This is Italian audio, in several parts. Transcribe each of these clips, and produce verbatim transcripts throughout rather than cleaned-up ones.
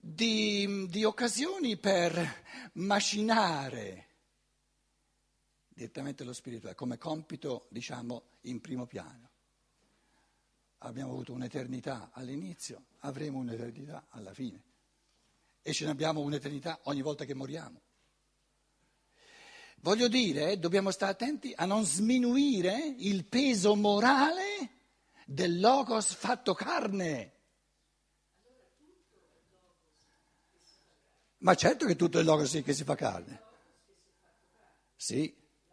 di, di occasioni per macinare direttamente lo spirituale come compito, diciamo, in primo piano. Abbiamo avuto un'eternità all'inizio, avremo un'eternità alla fine e ce ne abbiamo un'eternità ogni volta che moriamo. Voglio dire, dobbiamo stare attenti a non sminuire il peso morale del Logos fatto carne. Ma certo che tutto è il Logos che si fa carne. Sì.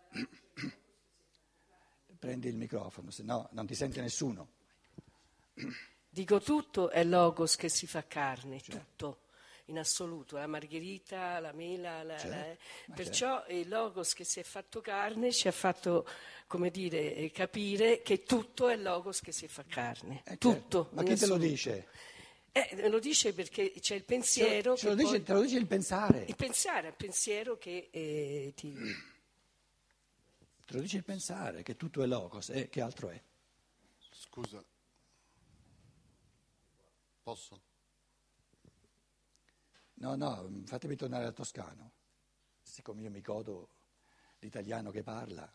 Prendi il microfono, se no non ti sente nessuno. Dico, tutto è Logos che si fa carne, certo. Tutto, in assoluto, la margherita, la mela, la, certo. la... perciò certo. Il Logos che si è fatto carne ci ha fatto, come dire, capire che tutto è Logos che si fa carne, eh, tutto. Certo. Ma chi te lo dice? Eh, lo dice perché c'è il pensiero. Ce lo, ce lo dice, poi... te lo dice il pensare. Il pensare, il pensiero che eh, ti... Te lo dice il pensare, che tutto è Logos, e eh, che altro è? Scusa, posso? No, no, fatemi tornare al toscano, siccome io mi godo l'italiano che parla,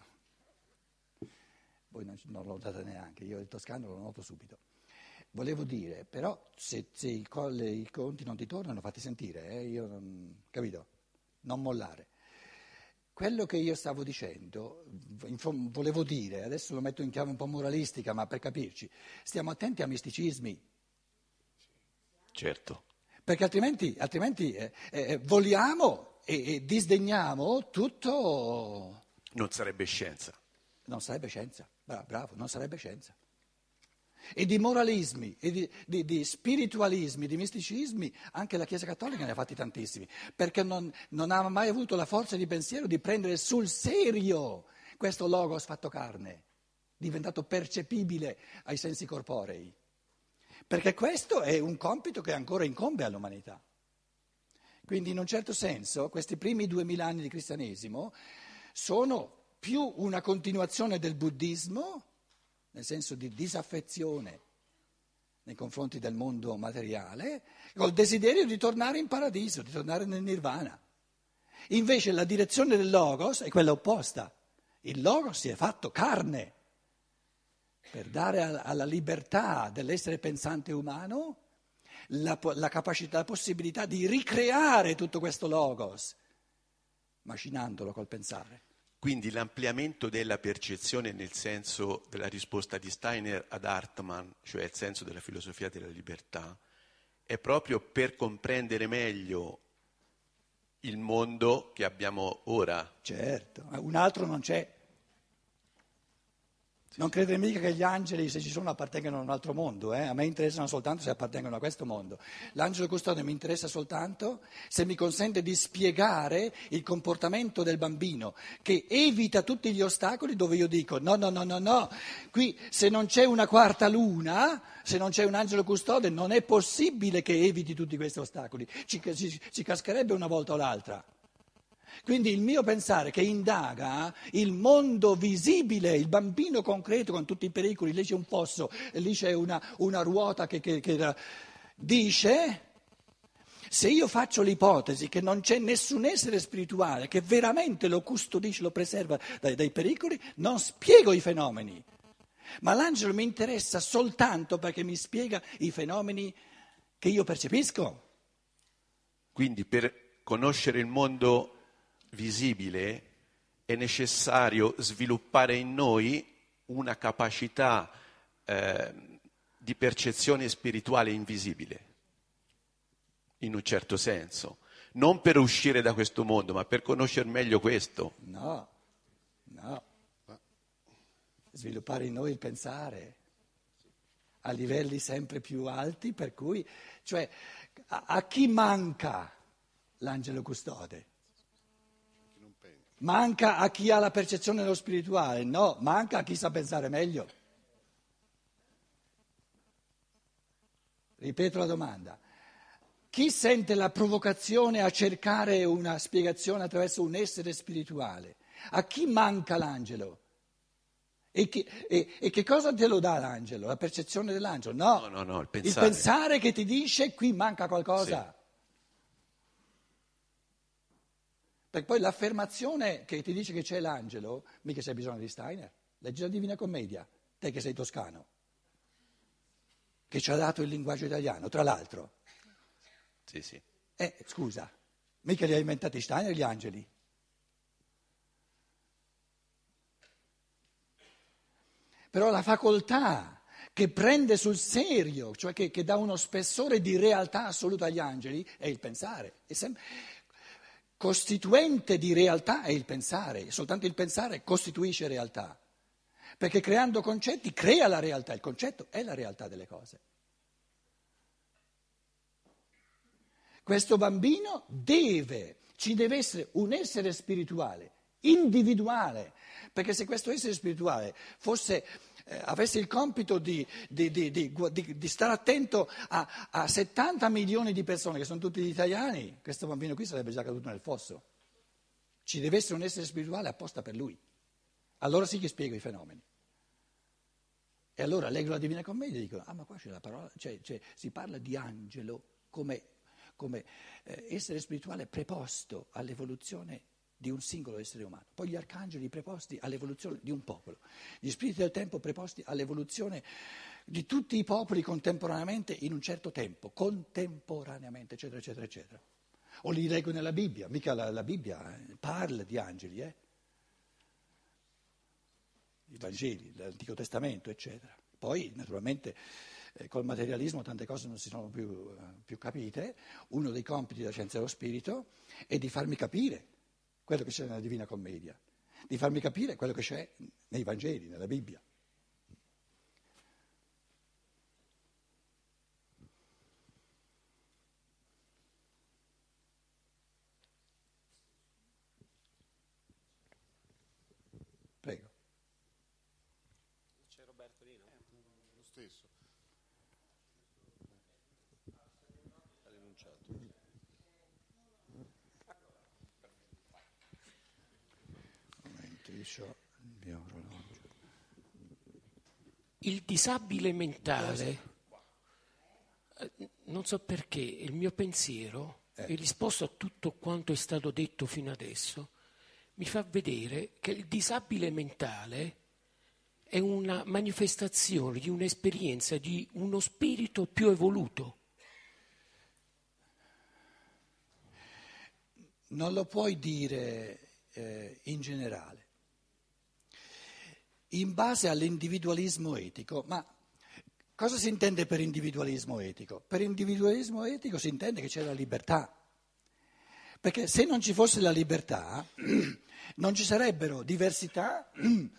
voi non, non lo date neanche, io il toscano lo noto subito. Volevo dire, però, se, se i, colle, i conti non ti tornano, fatti sentire, eh, io non, capito? Non mollare. Quello che io stavo dicendo, volevo dire, adesso lo metto in chiave un po' moralistica, ma per capirci, stiamo attenti a misticismi. Certo. Perché altrimenti, altrimenti eh, eh, voliamo e, e disdegniamo tutto. Non sarebbe scienza. Non sarebbe scienza, bravo, bravo, non sarebbe scienza. E di moralismi, e di, di, di spiritualismi, di misticismi, anche la Chiesa Cattolica ne ha fatti tantissimi, perché non, non ha mai avuto la forza di pensiero di prendere sul serio questo Logos fatto carne, diventato percepibile ai sensi corporei. Perché questo è un compito che ancora incombe all'umanità. Quindi in un certo senso questi primi duemila anni di cristianesimo sono più una continuazione del buddismo, nel senso di disaffezione nei confronti del mondo materiale, col desiderio di tornare in paradiso, di tornare nel nirvana. Invece la direzione del Logos è quella opposta. Il Logos si è fatto carne per dare alla libertà dell'essere pensante umano la, la capacità, la possibilità di ricreare tutto questo Logos, macinandolo col pensare. Quindi l'ampliamento della percezione nel senso della risposta di Steiner ad Hartmann, cioè il senso della filosofia della libertà, è proprio per comprendere meglio il mondo che abbiamo ora. Certo, un altro non c'è. Non credere mica che gli angeli, se ci sono, appartengano a un altro mondo, eh? A me interessano soltanto se appartengono a questo mondo. L'angelo custode mi interessa soltanto se mi consente di spiegare il comportamento del bambino, che evita tutti gli ostacoli dove io dico no, no, no, no, no, qui se non c'è una quarta luna, se non c'è un angelo custode, non è possibile che eviti tutti questi ostacoli, ci, ci, ci cascherebbe una volta o l'altra. Quindi il mio pensare che indaga il mondo visibile, il bambino concreto con tutti i pericoli, lì c'è un fosso, lì c'è una, una ruota che, che, che dice, se io faccio l'ipotesi che non c'è nessun essere spirituale che veramente lo custodisce, lo preserva dai, dai pericoli, non spiego i fenomeni. Ma l'angelo mi interessa soltanto perché mi spiega i fenomeni che io percepisco. Quindi per conoscere il mondo visibile è necessario sviluppare in noi una capacità eh, di percezione spirituale invisibile, in un certo senso, non per uscire da questo mondo, ma per conoscere meglio questo. No, no, sviluppare in noi il pensare a livelli sempre più alti, per cui, cioè, a, a chi manca l'angelo custode? Manca a chi ha la percezione dello spirituale? No, manca a chi sa pensare meglio. Ripeto la domanda. Chi sente la provocazione a cercare una spiegazione attraverso un essere spirituale? A chi manca l'angelo? E che, e, e che cosa te lo dà l'angelo? La percezione dell'angelo? No, no, no, no il, pensare. il pensare che ti dice qui manca qualcosa. Sì. Perché poi l'affermazione che ti dice che c'è l'angelo, mica c'è bisogno di Steiner. Leggi la Divina Commedia, te che sei toscano, che ci ha dato il linguaggio italiano, tra l'altro. Sì, sì. Eh, scusa, mica li ha inventati Steiner gli angeli. Però la facoltà che prende sul serio, cioè che, che dà uno spessore di realtà assoluta agli angeli, è il pensare. È sempre, costituente di realtà è il pensare, soltanto il pensare costituisce realtà, perché creando concetti crea la realtà, il concetto è la realtà delle cose. Questo bambino deve, ci deve essere un essere spirituale, individuale, perché se questo essere spirituale fosse, eh, avesse il compito di, di, di, di, di, di stare attento a, a settanta milioni di persone che sono tutti gli italiani, questo bambino qui sarebbe già caduto nel fosso. Ci deve essere un essere spirituale apposta per lui. Allora sì che spiego i fenomeni. E allora leggo la Divina Commedia e dico, ah ma qua c'è la parola, cioè, cioè, si parla di angelo come, come eh, essere spirituale preposto all'evoluzione di un singolo essere umano, poi gli arcangeli preposti all'evoluzione di un popolo, gli spiriti del tempo preposti all'evoluzione di tutti i popoli contemporaneamente in un certo tempo, contemporaneamente, eccetera, eccetera, eccetera. O li leggo nella Bibbia, mica la, la Bibbia eh, parla di angeli, eh? I Vangeli, l'Antico Testamento, eccetera. Poi, naturalmente, eh, col materialismo tante cose non si sono più, eh, più capite. Uno dei compiti della scienza dello spirito è di farmi capire quello che c'è nella Divina Commedia, di farmi capire quello che c'è nei Vangeli, nella Bibbia. Prego. C'è Roberto lì, no? Lo stesso. Ha rinunciato. Il mio orologio. Il disabile mentale, eh, non so perché, il mio pensiero, Eh. in risposta a tutto quanto è stato detto fino adesso, mi fa vedere che il disabile mentale è una manifestazione di un'esperienza di uno spirito più evoluto. Non lo puoi dire eh, in generale. In base all'individualismo etico, ma cosa si intende per individualismo etico? Per individualismo etico si intende che c'è la libertà, perché se non ci fosse la libertà non ci sarebbero diversità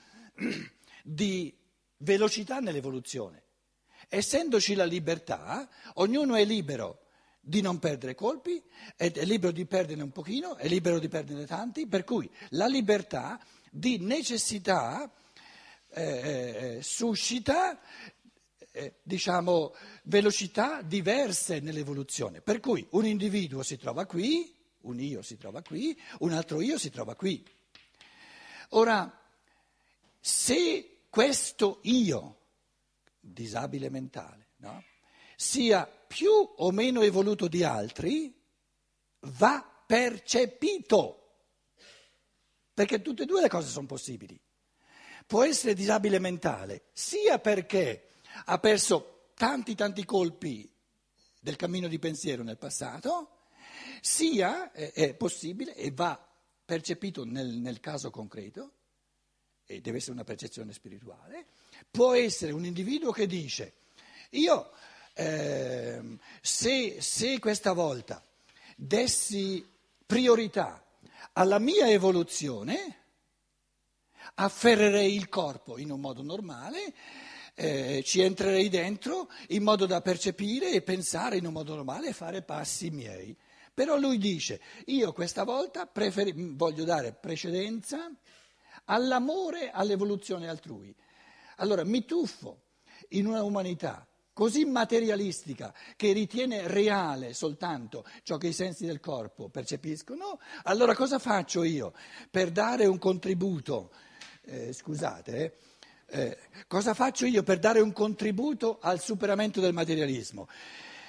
di velocità nell'evoluzione. Essendoci la libertà, ognuno è libero di non perdere colpi, è libero di perderne un pochino, è libero di perderne tanti, per cui la libertà di necessità Eh, eh, suscita eh, diciamo velocità diverse nell'evoluzione, per cui un individuo si trova qui, un io si trova qui, un altro io si trova qui. Ora, se questo io, disabile mentale, no, sia più o meno evoluto di altri, va percepito, perché tutte e due le cose sono possibili. Può essere disabile mentale sia perché ha perso tanti tanti colpi del cammino di pensiero nel passato, sia è, è possibile e va percepito nel, nel caso concreto, e deve essere una percezione spirituale, può essere un individuo che dice io eh, se, se questa volta dessi priorità alla mia evoluzione, afferrerei il corpo in un modo normale, eh, ci entrerei dentro in modo da percepire e pensare in un modo normale e fare passi miei. Però lui dice, io questa volta preferi- voglio dare precedenza all'amore, all'evoluzione altrui. Allora mi tuffo in una umanità così materialistica che ritiene reale soltanto ciò che i sensi del corpo percepiscono, allora cosa faccio io per dare un contributo? Eh, scusate, eh, eh, cosa faccio io per dare un contributo al superamento del materialismo?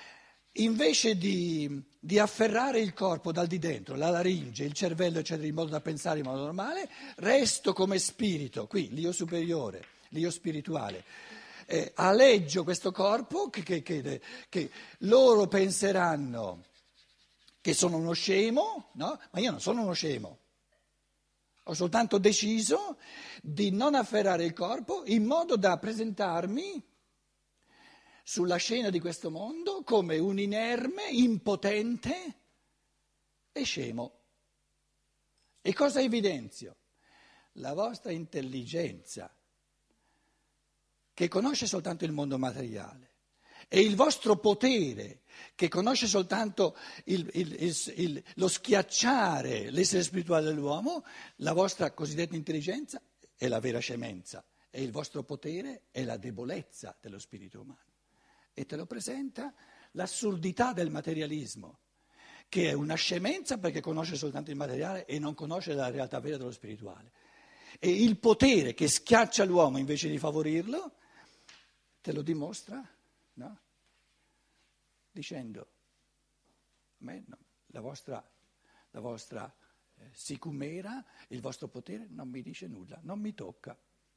invece di, di afferrare il corpo dal di dentro, la laringe, il cervello, eccetera, in modo da pensare in modo normale, resto come spirito, qui, l'io superiore, l'io spirituale. Eh, aleggio questo corpo che, che, che, che loro penseranno che sono uno scemo, no? Ma io non sono uno scemo. Ho soltanto deciso di non afferrare il corpo in modo da presentarmi sulla scena di questo mondo come un inerme, impotente e scemo. E cosa evidenzio? La vostra intelligenza, che conosce soltanto il mondo materiale, e il vostro potere, che conosce soltanto il, il, il, il, lo schiacciare l'essere spirituale dell'uomo, la vostra cosiddetta intelligenza è la vera scemenza, e il vostro potere è la debolezza dello spirito umano. E te lo presenta l'assurdità del materialismo, che è una scemenza perché conosce soltanto il materiale e non conosce la realtà vera dello spirituale. E il potere che schiaccia l'uomo invece di favorirlo, te lo dimostra, no? Dicendo, a me no, la vostra, la vostra eh, sicumera, il vostro potere non mi dice nulla, non mi tocca.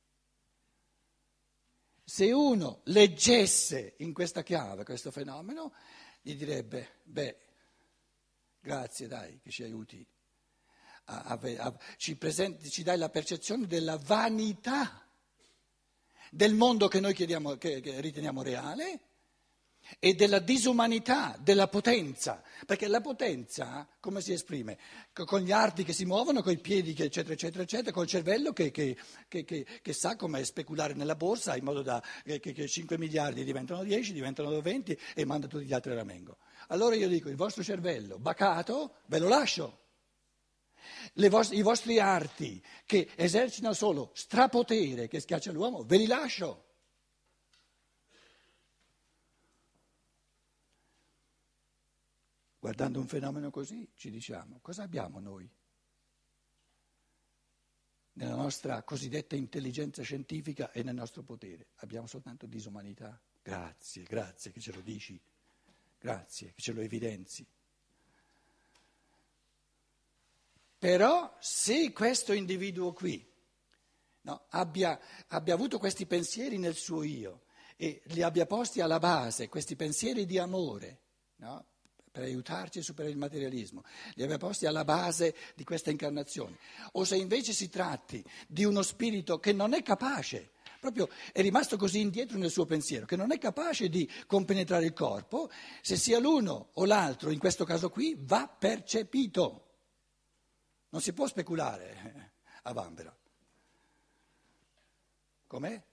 Se uno leggesse in questa chiave questo fenomeno, gli direbbe, beh, grazie dai che ci aiuti, a, a, a, ci, presenti, ci dai la percezione della vanità del mondo che noi chiediamo, che, che riteniamo reale, e della disumanità, della potenza, perché la potenza come si esprime? Con gli arti che si muovono, con i piedi che eccetera eccetera eccetera, col cervello che, che, che, che, che sa come speculare nella borsa in modo da che, che cinque miliardi diventano dieci, diventano venti e manda tutti gli altri a ramengo. Allora io dico, il vostro cervello bacato ve lo lascio. Le vostre, I vostri arti che esercitano solo strapotere che schiaccia l'uomo, ve li lascio. Guardando un fenomeno così ci diciamo, cosa abbiamo noi? Nella nostra cosiddetta intelligenza scientifica e nel nostro potere abbiamo soltanto disumanità. Grazie, grazie che ce lo dici, grazie che ce lo evidenzi. Però se questo individuo qui, no, abbia, abbia avuto questi pensieri nel suo io e li abbia posti alla base, questi pensieri di amore, no, per aiutarci a superare il materialismo, li abbia posti alla base di questa incarnazione, o se invece si tratti di uno spirito che non è capace, proprio è rimasto così indietro nel suo pensiero, che non è capace di compenetrare il corpo, se sia l'uno o l'altro, in questo caso qui, va percepito. Non si può speculare a vanvera. Com'è?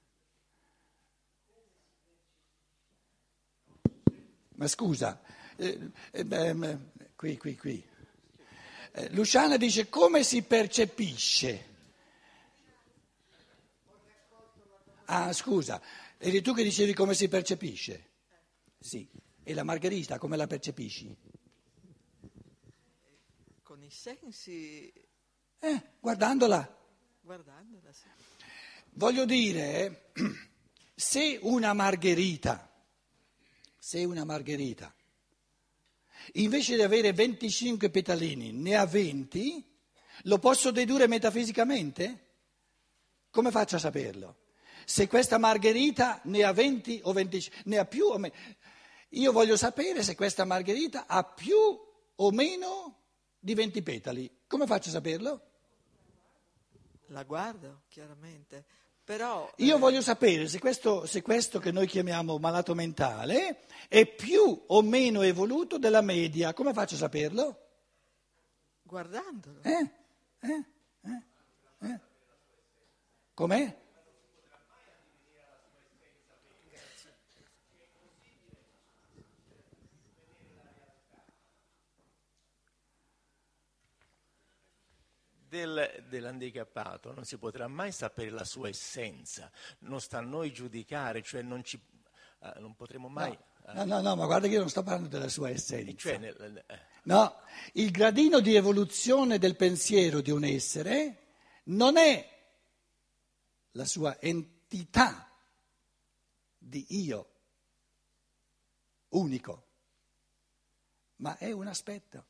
Ma scusa, eh, eh, qui, qui, qui. Eh, Luciana dice come si percepisce. Ah, scusa, eri tu che dicevi come si percepisce? Sì, e la Margherita come la percepisci? Con i sensi. Eh, guardandola. Guardandola, sì. Voglio dire, se una Margherita, se una Margherita, invece di avere venticinque petalini, ne ha venti, lo posso dedurre metafisicamente? Come faccio a saperlo? Se questa Margherita ne ha venti o venticinque, ne ha più o meno. Io voglio sapere se questa Margherita ha più o meno di venti petali. Come faccio a saperlo? La guardo, chiaramente. Però, Io eh... voglio sapere se questo, se questo che noi chiamiamo malato mentale è più o meno evoluto della media. Come faccio a saperlo? Guardandolo. Eh? Eh? Eh? Eh? Com'è? Del, dell'handicappato non si potrà mai sapere la sua essenza, non sta a noi giudicare, cioè non, ci, eh, non potremo mai... No, no, no, no, ma guarda che io non sto parlando della sua essenza. Cioè nel, eh. No, il gradino di evoluzione del pensiero di un essere non è la sua entità di io unico, ma è un aspetto.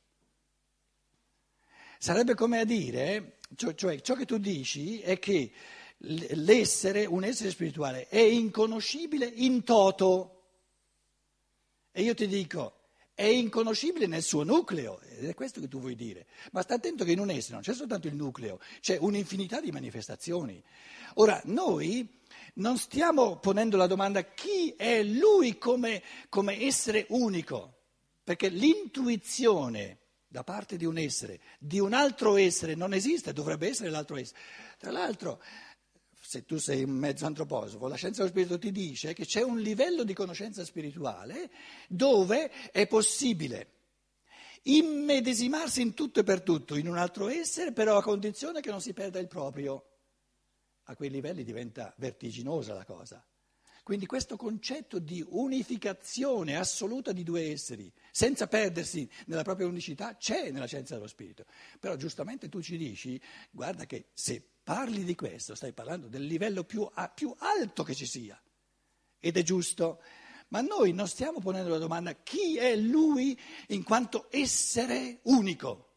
Sarebbe come a dire, cioè, cioè ciò che tu dici è che l'essere, un essere spirituale, è inconoscibile in toto. E io ti dico, è inconoscibile nel suo nucleo, ed è questo che tu vuoi dire. Ma sta attento che in un essere non c'è soltanto il nucleo, c'è un'infinità di manifestazioni. Ora, noi non stiamo ponendo la domanda chi è lui come, come essere unico, perché l'intuizione da parte di un essere, di un altro essere, non esiste, dovrebbe essere l'altro essere. Tra l'altro, se tu sei un mezzo antroposofo, la scienza dello spirito ti dice che c'è un livello di conoscenza spirituale dove è possibile immedesimarsi in tutto e per tutto in un altro essere, però a condizione che non si perda il proprio. A quei livelli diventa vertiginosa la cosa. Quindi questo concetto di unificazione assoluta di due esseri, senza perdersi nella propria unicità, c'è nella scienza dello spirito. Però giustamente tu ci dici, guarda che se parli di questo stai parlando del livello più, a, più alto che ci sia. Ed è giusto. Ma noi non stiamo ponendo la domanda chi è lui in quanto essere unico.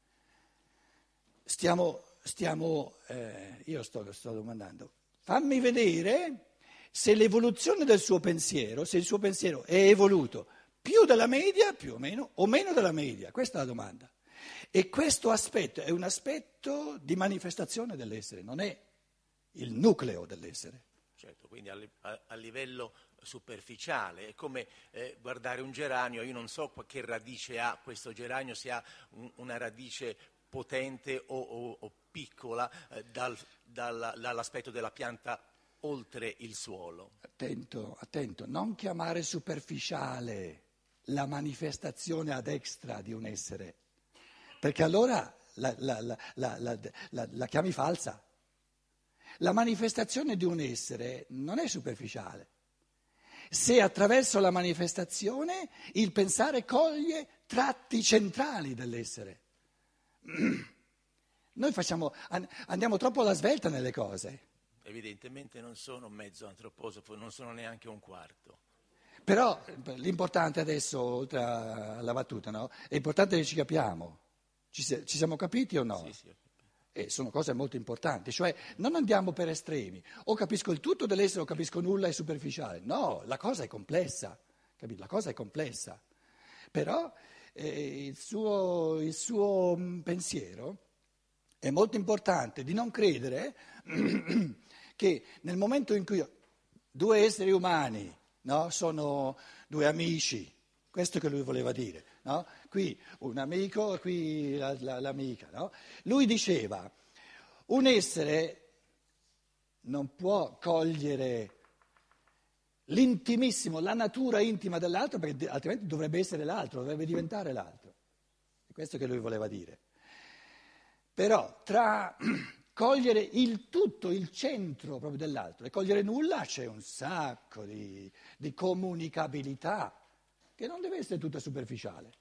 Stiamo, stiamo eh, io sto, sto domandando, fammi vedere se l'evoluzione del suo pensiero, se il suo pensiero è evoluto più della media, più o meno, o meno della media. Questa è la domanda. E questo aspetto è un aspetto di manifestazione dell'essere, non è il nucleo dell'essere. Certo, quindi a, a, a livello superficiale, è come eh, guardare un geranio, io non so che radice ha questo geranio, se ha un, una radice potente o, o, o piccola eh, dal, dal, dall'aspetto della pianta oltre il suolo. Attento, attento, non chiamare superficiale la manifestazione ad extra di un essere, perché allora la, la, la, la, la, la chiami falsa. La manifestazione di un essere non è superficiale. Se attraverso la manifestazione il pensare coglie tratti centrali dell'essere. Noi facciamo, andiamo troppo alla svelta nelle cose. Evidentemente non sono mezzo antroposofo, non sono neanche un quarto. Però l'importante adesso, oltre alla battuta, no? È importante che ci capiamo. Ci, ci siamo capiti o no? Sì, sì. E sono cose molto importanti, cioè non andiamo per estremi. O capisco il tutto dell'essere o capisco nulla, è superficiale. No, la cosa è complessa, capito? La cosa è complessa. Però eh, il suo, il suo pensiero è molto importante di non credere che nel momento in cui due esseri umani, no, sono due amici, questo che lui voleva dire, no? Qui un amico e qui la, la, l'amica, no? Lui diceva, un essere non può cogliere l'intimissimo, la natura intima dell'altro, perché altrimenti dovrebbe essere l'altro, dovrebbe diventare l'altro. È questo che lui voleva dire. Però tra cogliere il tutto, il centro proprio dell'altro e cogliere nulla c'è un sacco di, di comunicabilità che non deve essere tutta superficiale.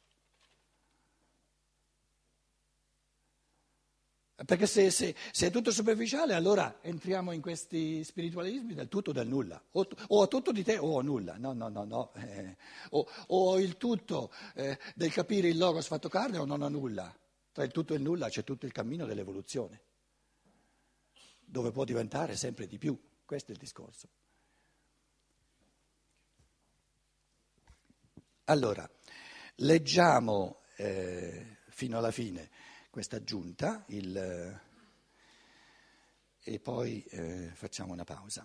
Perché se, se, se è tutto superficiale allora entriamo in questi spiritualismi del tutto o del nulla, o, o a tutto di te o a nulla, no, no, no, no. Eh, o, o il tutto eh, del capire il logos fatto carne o non a nulla. Tra il tutto e il nulla c'è tutto il cammino dell'evoluzione, dove può diventare sempre di più. Questo è il discorso. Allora, leggiamo eh, fino alla fine questa aggiunta il, eh, e poi eh, facciamo una pausa.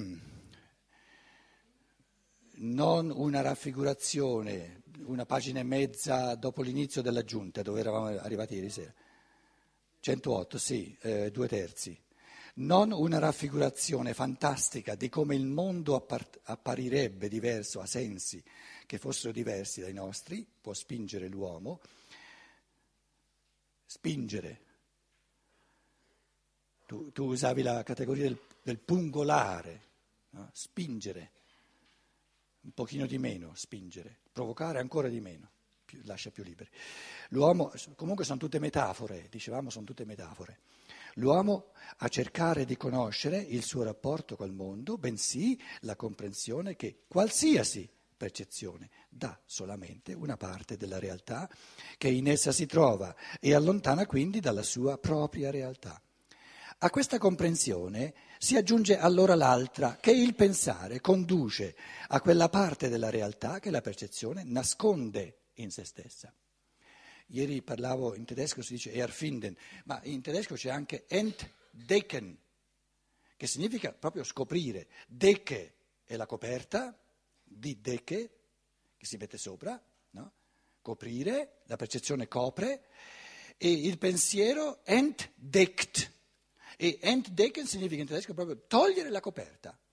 Non una raffigurazione, una pagina e mezza dopo l'inizio dell'aggiunta, dove eravamo arrivati ieri sera. centootto, sì, eh, due terzi. Non una raffigurazione fantastica di come il mondo appar- apparirebbe diverso a sensi che fossero diversi dai nostri, può spingere l'uomo, spingere. Tu, tu usavi la categoria del, del pungolare, no? Spingere, un pochino di meno, spingere, provocare ancora di meno, più, lascia più liberi. L'uomo, comunque sono tutte metafore, dicevamo sono tutte metafore. L'uomo a cercare di conoscere il suo rapporto col mondo, bensì la comprensione che qualsiasi percezione, dà solamente una parte della realtà che in essa si trova e allontana quindi dalla sua propria realtà. A questa comprensione si aggiunge allora l'altra, che il pensare conduce a quella parte della realtà che la percezione nasconde in se stessa. Ieri parlavo, in tedesco si dice erfinden, ma in tedesco c'è anche entdecken, che significa proprio scoprire. Decke è la coperta, di decke, che si mette sopra, no? Coprire, la percezione copre, e il pensiero entdeckt. E entdecken significa in tedesco proprio togliere la coperta.